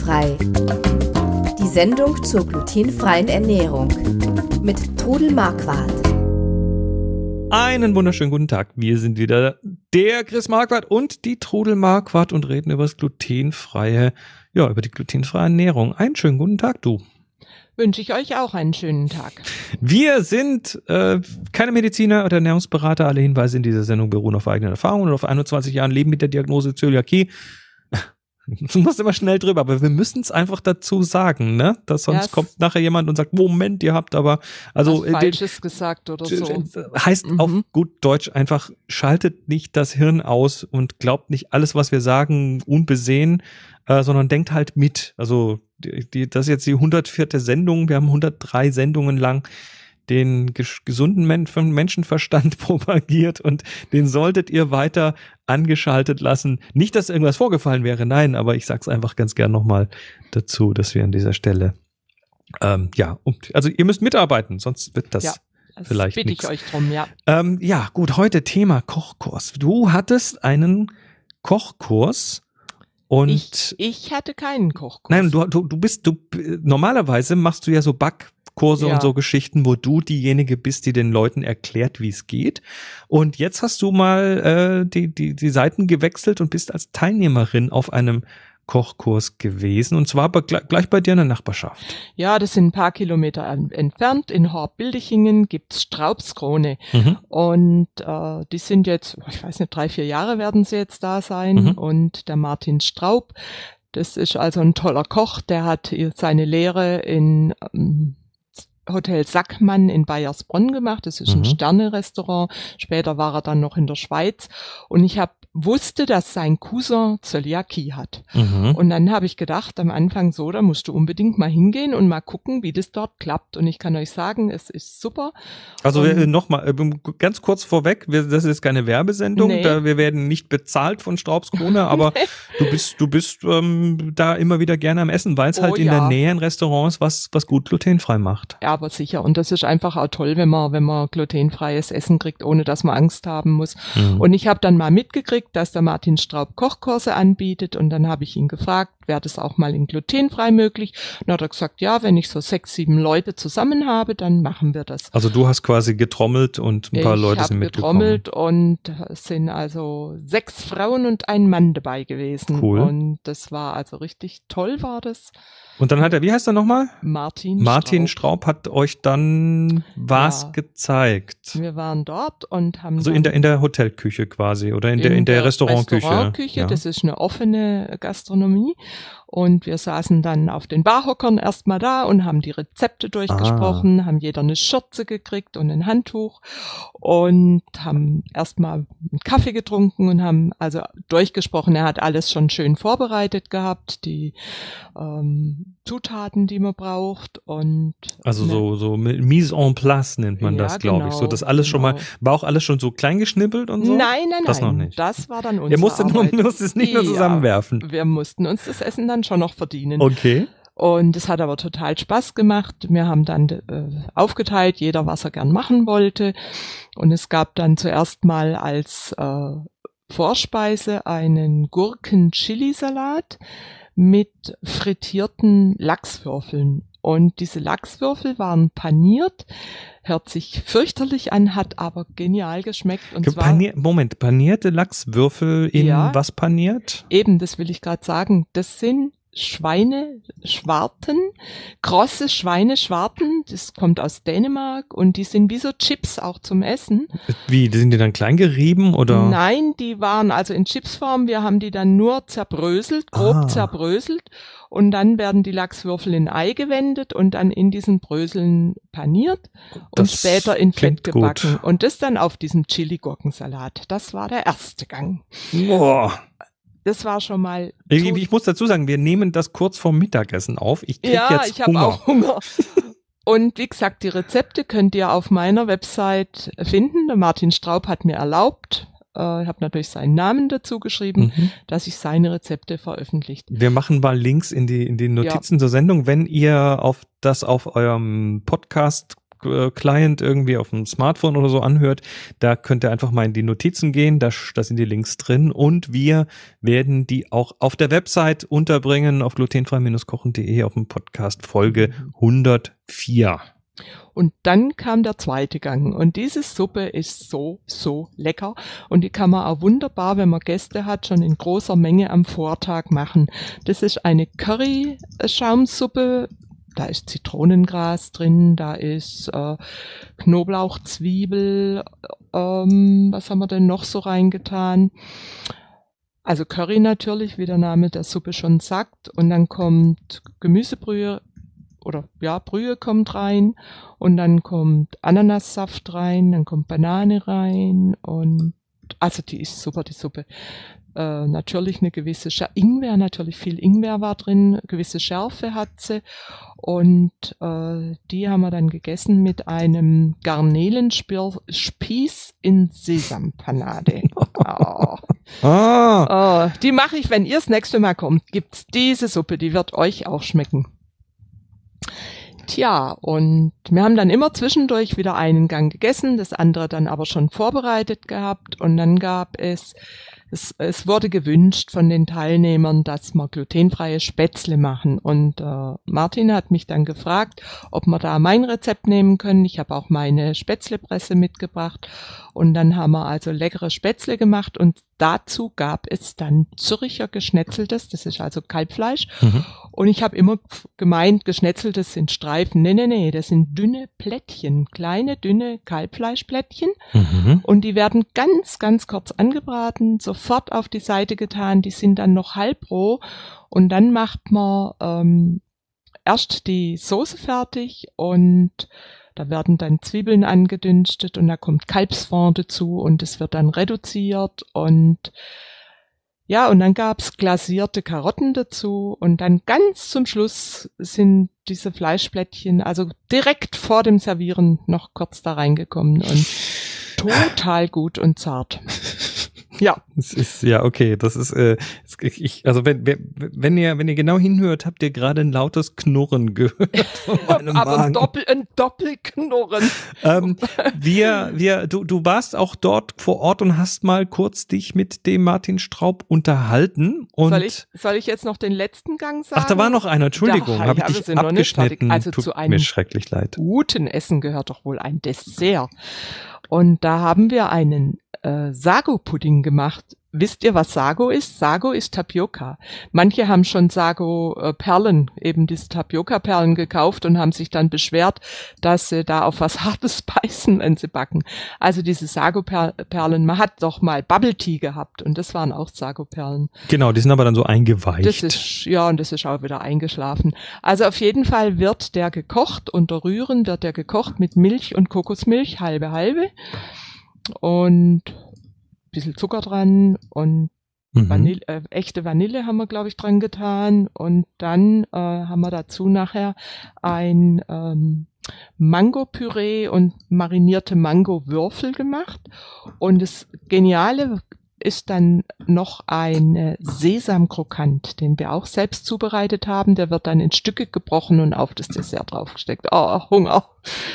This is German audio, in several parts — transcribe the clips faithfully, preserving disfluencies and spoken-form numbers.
Glutenfrei. Die Sendung zur glutenfreien Ernährung mit Trudel Marquardt. Einen wunderschönen guten Tag. Wir sind wieder der Chris Marquardt und die Trudel Marquardt und reden über das glutenfreie, ja, über die glutenfreie Ernährung. Einen schönen guten Tag, du. Wünsche ich euch auch einen schönen Tag. Wir sind äh, keine Mediziner oder Ernährungsberater. Alle Hinweise in dieser Sendung beruhen auf eigenen Erfahrungen und auf einundzwanzig Jahren Leben mit der Diagnose Zöliakie. Du musst immer schnell drüber, aber wir müssen es einfach dazu sagen, ne? Dass sonst yes. kommt nachher jemand und sagt, Moment, ihr habt aber also was Falsches äh, gesagt oder so. Heißt mhm. auf gut Deutsch einfach, schaltet nicht das Hirn aus und glaubt nicht alles, was wir sagen, unbesehen, äh, sondern denkt halt mit. Also die, die, das ist jetzt die hundertvierte Sendung, wir haben hundertdrei Sendungen lang den ges- gesunden Men- Menschenverstand propagiert und den solltet ihr weiter angeschaltet lassen. Nicht, dass irgendwas vorgefallen wäre, nein, aber ich sag's einfach ganz gern nochmal dazu, dass wir an dieser Stelle, ähm, ja, um, also ihr müsst mitarbeiten, sonst wird das, ja, das vielleicht bitte nichts. Ich euch drum, ja. Ähm, ja, gut, heute Thema Kochkurs. Du hattest einen Kochkurs. Und ich, ich hatte keinen Kochkurs. Nein, du, du, du bist, du, normalerweise machst du ja so Backkurse ja. und so Geschichten, wo du diejenige bist, die den Leuten erklärt, wie es geht. Und jetzt hast du mal äh, die, die, die Seiten gewechselt und bist als Teilnehmerin auf einem Kochkurs gewesen, und zwar gleich bei dir in der Nachbarschaft. Ja, das sind ein paar Kilometer entfernt. In Horb-Bildichingen gibt's Straubskrone. Mhm. Und äh, die sind jetzt, ich weiß nicht, drei, vier Jahre werden sie jetzt da sein. Mhm. Und der Martin Straub, das ist also ein toller Koch, der hat seine Lehre in ähm, Hotel Sackmann in Baiersbronn gemacht. Das ist ein mhm. Sterne-Restaurant. Später war er dann noch in der Schweiz. Und ich habe wusste, dass sein Cousin Zöliakie hat. Mhm. Und dann habe ich gedacht, am Anfang so, da musst du unbedingt mal hingehen und mal gucken, wie das dort klappt. Und ich kann euch sagen, es ist super. Also nochmal, ganz kurz vorweg, wir, das ist keine Werbesendung, nee. da, wir werden nicht bezahlt von Straubskrone, aber du bist du bist ähm, da immer wieder gerne am Essen, weil es oh, halt in ja. der Nähe ein Restaurant ist, was, was gut glutenfrei macht. Ja, aber sicher. Und das ist einfach auch toll, wenn man, wenn man glutenfreies Essen kriegt, ohne dass man Angst haben muss. Mhm. Und ich habe dann mal mitgekriegt, dass der Martin Straub Kochkurse anbietet, und dann habe ich ihn gefragt, wäre das auch mal in glutenfrei möglich? Und dann hat er gesagt, ja, wenn ich so sechs, sieben Leute zusammen habe, dann machen wir das. Also du hast quasi getrommelt und ein paar ich Leute sind mitgekommen. Ich habe getrommelt und es sind also sechs Frauen und ein Mann dabei gewesen. Cool. Und das war also richtig toll, war das. Und dann hat er, wie heißt er nochmal? Martin Martin Straub. Straub hat euch dann was ja. gezeigt. Wir waren dort und haben also in der in der Hotelküche quasi oder in, in der in der, der Restaurantküche. Restaurantküche, ja. Das ist eine offene Gastronomie. Und wir saßen dann auf den Barhockern erstmal da und haben die Rezepte durchgesprochen, ah. haben jeder eine Schürze gekriegt und ein Handtuch und haben erstmal einen Kaffee getrunken und haben also durchgesprochen. Er hat alles schon schön vorbereitet gehabt, die ähm, Zutaten, die man braucht. Und also so so mise en place nennt man ja, das, glaube genau, ich. So das alles genau. schon mal, war auch alles schon so klein geschnippelt und so? Nein, nein, das nein. Noch nicht. Das war dann unsere Ihr musstet Arbeit. Nur, musst es nicht nur zusammenwerfen. Ja, wir mussten uns das Essen dann schon noch verdienen. Okay. Und es hat aber total Spaß gemacht. Wir haben dann äh, aufgeteilt, jeder, was er gern machen wollte. Und es gab dann zuerst mal als äh, Vorspeise einen Gurken-Chili-Salat mit frittierten Lachswürfeln. Und diese Lachswürfel waren paniert, hört sich fürchterlich an, hat aber genial geschmeckt. Und zwar, Panier, Moment, panierte Lachswürfel in ja, was paniert? Eben, das will ich gerade sagen. Das sind Schweineschwarten, krosse Schweineschwarten, das kommt aus Dänemark und die sind wie so Chips auch zum Essen. Wie, sind die dann klein gerieben oder? Nein, die waren also in Chipsform, wir haben die dann nur zerbröselt, grob ah. zerbröselt, und dann werden die Lachswürfel in Ei gewendet und dann in diesen Bröseln paniert und das später in Fett gebacken. Gut. Und das dann auf diesen Chili-Gurkensalat. Das war der erste Gang. Boah. Das war schon mal. Ich, ich muss dazu sagen, wir nehmen das kurz vorm Mittagessen auf. Ich krieg ja, jetzt ich habe auch Hunger. Und wie gesagt, die Rezepte könnt ihr auf meiner Website finden. Der Martin Straub hat mir erlaubt, äh, ich habe natürlich seinen Namen dazu geschrieben, mhm. dass ich seine Rezepte veröffentlicht. Wir machen mal Links in die in die Notizen ja. zur Sendung. Wenn ihr auf das auf eurem Podcast Client irgendwie auf dem Smartphone oder so anhört, da könnt ihr einfach mal in die Notizen gehen, da, da sind die Links drin und wir werden die auch auf der Website unterbringen, auf glutenfrei kochen punkt de auf dem Podcast Folge hundertvier. Und dann kam der zweite Gang und diese Suppe ist so, so lecker und die kann man auch wunderbar, wenn man Gäste hat, schon in großer Menge am Vortag machen. Das ist eine Curry-Schaumsuppe, da ist Zitronengras drin, da ist äh, Knoblauch, Zwiebel, ähm, was haben wir denn noch so reingetan? Also Curry natürlich, wie der Name der Suppe schon sagt, und dann kommt Gemüsebrühe, oder ja, Brühe kommt rein und dann kommt Ananassaft rein, dann kommt Banane rein und also die ist super, die Suppe. Äh, natürlich eine gewisse Schärfe, Ingwer, natürlich viel Ingwer war drin, gewisse Schärfe hat sie und äh, die haben wir dann gegessen mit einem Garnelenspieß in Sesampanade. Oh. Ah. Oh, die mache ich, wenn ihr das nächste Mal kommt, gibt's diese Suppe, die wird euch auch schmecken. Tja, und wir haben dann immer zwischendurch wieder einen Gang gegessen, das andere dann aber schon vorbereitet gehabt und dann gab es, es, es wurde gewünscht von den Teilnehmern, dass wir glutenfreie Spätzle machen und äh, Martin hat mich dann gefragt, ob wir da mein Rezept nehmen können. Ich habe auch meine Spätzlepresse mitgebracht und dann haben wir also leckere Spätzle gemacht und dazu gab es dann Zürcher Geschnetzeltes, das ist also Kalbfleisch. Mhm. Und ich habe immer gemeint, Geschnetzeltes sind Streifen. Nee, nee, nee, das sind dünne Plättchen, kleine, dünne Kalbfleischplättchen. Mhm. Und die werden ganz, ganz kurz angebraten, sofort auf die Seite getan. Die sind dann noch halbroh. Und dann macht man ähm, erst die Soße fertig und da werden dann Zwiebeln angedünstet und da kommt Kalbsfond dazu und es wird dann reduziert und ja, und dann gab's glasierte Karotten dazu und dann ganz zum Schluss sind diese Fleischplättchen, also direkt vor dem Servieren noch kurz da reingekommen und total gut und zart. Ja. Es ist, ja, okay, das ist, äh, ich, also wenn, wenn ihr, wenn ihr genau hinhört, habt ihr gerade ein lautes Knurren gehört von meinem Aber Magen. ein Doppel, ein Doppelknurren. ähm, wir, wir, du, du warst auch dort vor Ort und hast mal kurz dich mit dem Martin Straub unterhalten und. Soll ich, soll ich jetzt noch den letzten Gang sagen? Ach, da war noch einer, Entschuldigung, ja, habe ja, ich dich abgeschnitten. Also Tut zu einem mir schrecklich leid. guten Essen gehört doch wohl ein Dessert. Und da haben wir einen äh, Sago-Pudding gemacht. Wisst ihr, was Sago ist? Sago ist Tapioca. Manche haben schon Sago-Perlen, eben diese Tapioca-Perlen gekauft und haben sich dann beschwert, dass sie da auf was Hartes beißen, wenn sie backen. Also diese Sago-Perlen, man hat doch mal Bubble Tea gehabt und das waren auch Sago-Perlen. Genau, die sind aber dann so eingeweicht. Das ist, ja, und das ist auch wieder eingeschlafen. Also auf jeden Fall wird der gekocht, unter Rühren wird der gekocht mit Milch und Kokosmilch, halbe, halbe. Und bisschen Zucker dran und mhm. Vanille, äh, echte Vanille haben wir, glaube ich, dran getan. Und dann äh, haben wir dazu nachher ein ähm, Mango-Püree und marinierte Mango-Würfel gemacht. Und das Geniale ist dann noch ein Sesamkrokant, den wir auch selbst zubereitet haben. Der wird dann in Stücke gebrochen und auf das Dessert draufgesteckt. Oh, Hunger.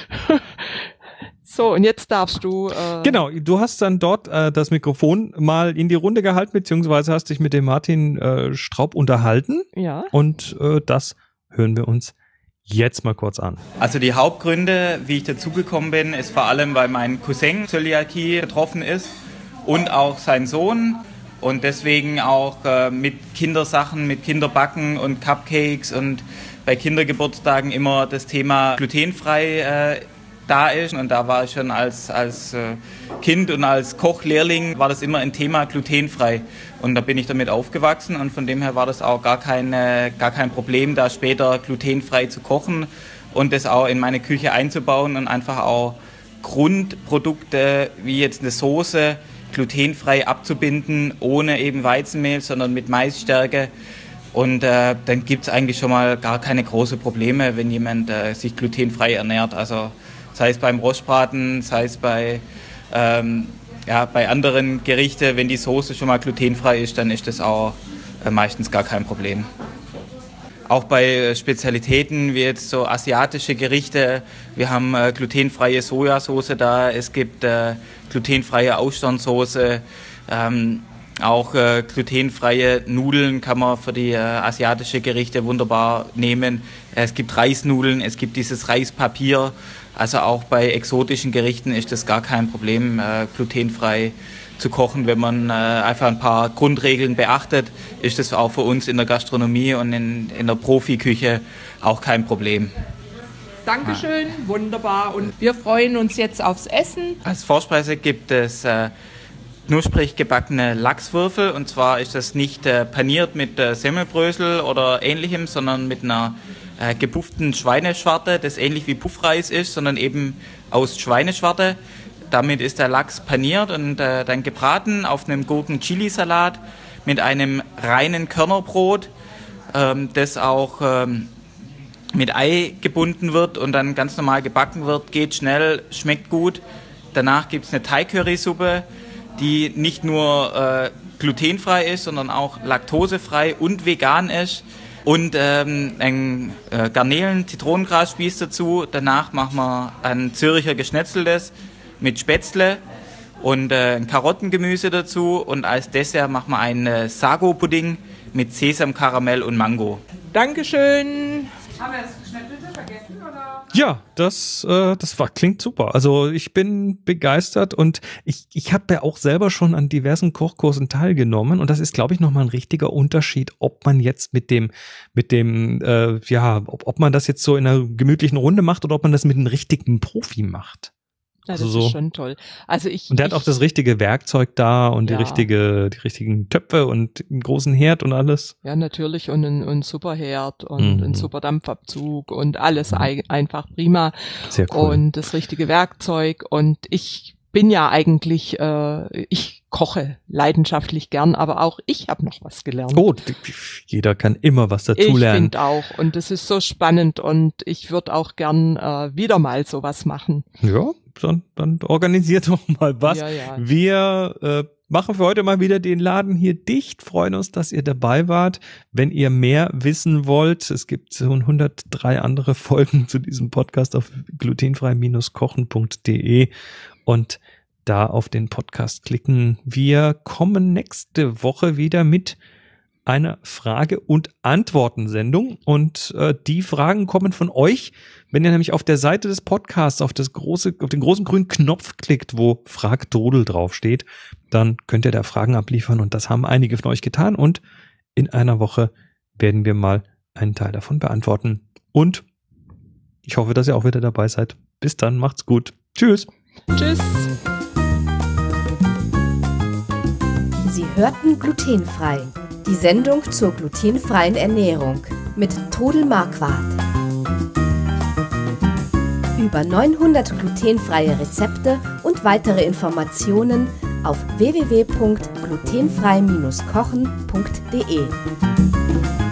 So, und jetzt darfst du... Äh genau, du hast dann dort äh, das Mikrofon mal in die Runde gehalten, beziehungsweise hast dich mit dem Martin äh, Straub unterhalten. Ja. Und äh, das hören wir uns jetzt mal kurz an. Also die Hauptgründe, wie ich dazugekommen bin, ist vor allem, weil mein Cousin Zöliakie betroffen ist und auch sein Sohn. Und deswegen auch äh, mit Kindersachen, mit Kinderbacken und Cupcakes und bei Kindergeburtstagen immer das Thema glutenfrei äh, da ist. Und da war ich schon als, als äh, Kind und als Kochlehrling war das immer ein Thema glutenfrei. Und da bin ich damit aufgewachsen und von dem her war das auch gar, keine, gar kein Problem, da später glutenfrei zu kochen und das auch in meine Küche einzubauen und einfach auch Grundprodukte wie jetzt eine Soße glutenfrei abzubinden, ohne eben Weizenmehl, sondern mit Maisstärke. Und äh, dann gibt es eigentlich schon mal gar keine großen Probleme, wenn jemand äh, sich glutenfrei ernährt. Also sei es beim Rostbraten, sei es bei, ähm, ja, bei anderen Gerichten, wenn die Soße schon mal glutenfrei ist, dann ist das auch äh, meistens gar kein Problem. auch bei Spezialitäten wie jetzt so asiatische Gerichte. Wir haben äh, glutenfreie Sojasauce da, es gibt äh, glutenfreie Austernsoße, ähm, auch äh, glutenfreie Nudeln kann man für die äh, asiatische Gerichte wunderbar nehmen. Es gibt Reisnudeln, es gibt dieses Reispapier. Also auch bei exotischen Gerichten ist das gar kein Problem, äh, glutenfrei zu kochen. Wenn man äh, einfach ein paar Grundregeln beachtet, ist das auch für uns in der Gastronomie und in, in der Profiküche auch kein Problem. Dankeschön, wunderbar. Und wir freuen uns jetzt aufs Essen. Als Vorspeise gibt es äh, knusprig gebackene Lachswürfel. Und zwar ist das nicht äh, paniert mit äh, Semmelbrösel oder ähnlichem, sondern mit einer äh, gepufften Schweineschwarte, das ähnlich wie Puffreis ist, sondern eben aus Schweineschwarte. Damit ist der Lachs paniert und äh, dann gebraten auf einem Gurken-Chili-Salat mit einem reinen Körnerbrot, ähm, das auch ähm, mit Ei gebunden wird und dann ganz normal gebacken wird. Geht schnell, schmeckt gut. Danach gibt es eine Thai-Curry-Suppe, die nicht nur äh, glutenfrei ist, sondern auch laktosefrei und vegan ist. Und ähm, ein äh, Garnelen-Zitronengras-Spieß dazu. Danach machen wir ein Zürcher Geschnetzeltes mit Spätzle und äh, ein Karottengemüse dazu. Und als Dessert machen wir einen äh, Sago-Pudding mit Sesam, Karamell und Mango. Dankeschön. Haben wir das Geschnetzelte vergessen, oder? Ja, das, äh, das war, klingt super. Also ich bin begeistert und ich, ich habe ja auch selber schon an diversen Kochkursen teilgenommen und das ist, glaube ich, nochmal ein richtiger Unterschied, ob man jetzt mit dem, mit dem, äh, ja, ob, ob man das jetzt so in einer gemütlichen Runde macht oder ob man das mit einem richtigen Profi macht. Ja, das also ist so. schon toll. Also ich, und der ich, hat auch das richtige Werkzeug da und ja. die richtige, die richtigen Töpfe und einen großen Herd und alles. Ja, natürlich und ein, ein super Herd und mhm. ein super Dampfabzug und alles mhm. ein, einfach prima. Sehr cool. Und das richtige Werkzeug und ich bin ja eigentlich, äh, ich koche leidenschaftlich gern, aber auch ich habe noch was gelernt. Oh, jeder kann immer was dazu ich lernen. Ich finde auch und das ist so spannend und ich würde auch gern äh, wieder mal sowas machen. Ja, dann, dann organisiert doch mal was. Ja, ja. Wir äh, machen für heute mal wieder den Laden hier dicht. Freuen uns, dass ihr dabei wart. Wenn ihr mehr wissen wollt, es gibt so hundertdrei andere Folgen zu diesem Podcast auf glutenfrei Bindestrich kochen Punkt de und da auf den Podcast klicken. Wir kommen nächste Woche wieder mit einer Frage- und Antwortensendung und äh, die Fragen kommen von euch. Wenn ihr nämlich auf der Seite des Podcasts auf das große, auf den großen grünen Knopf klickt, wo Frag Trudel draufsteht, dann könnt ihr da Fragen abliefern und das haben einige von euch getan und in einer Woche werden wir mal einen Teil davon beantworten. Und ich hoffe, dass ihr auch wieder dabei seid. Bis dann, macht's gut. Tschüss. Tschüss. Sie hörten Glutenfrei, die Sendung zur glutenfreien Ernährung mit Trudel Marquardt. Über neunhundert glutenfreie Rezepte und weitere Informationen auf w w w Punkt glutenfrei Bindestrich kochen Punkt de.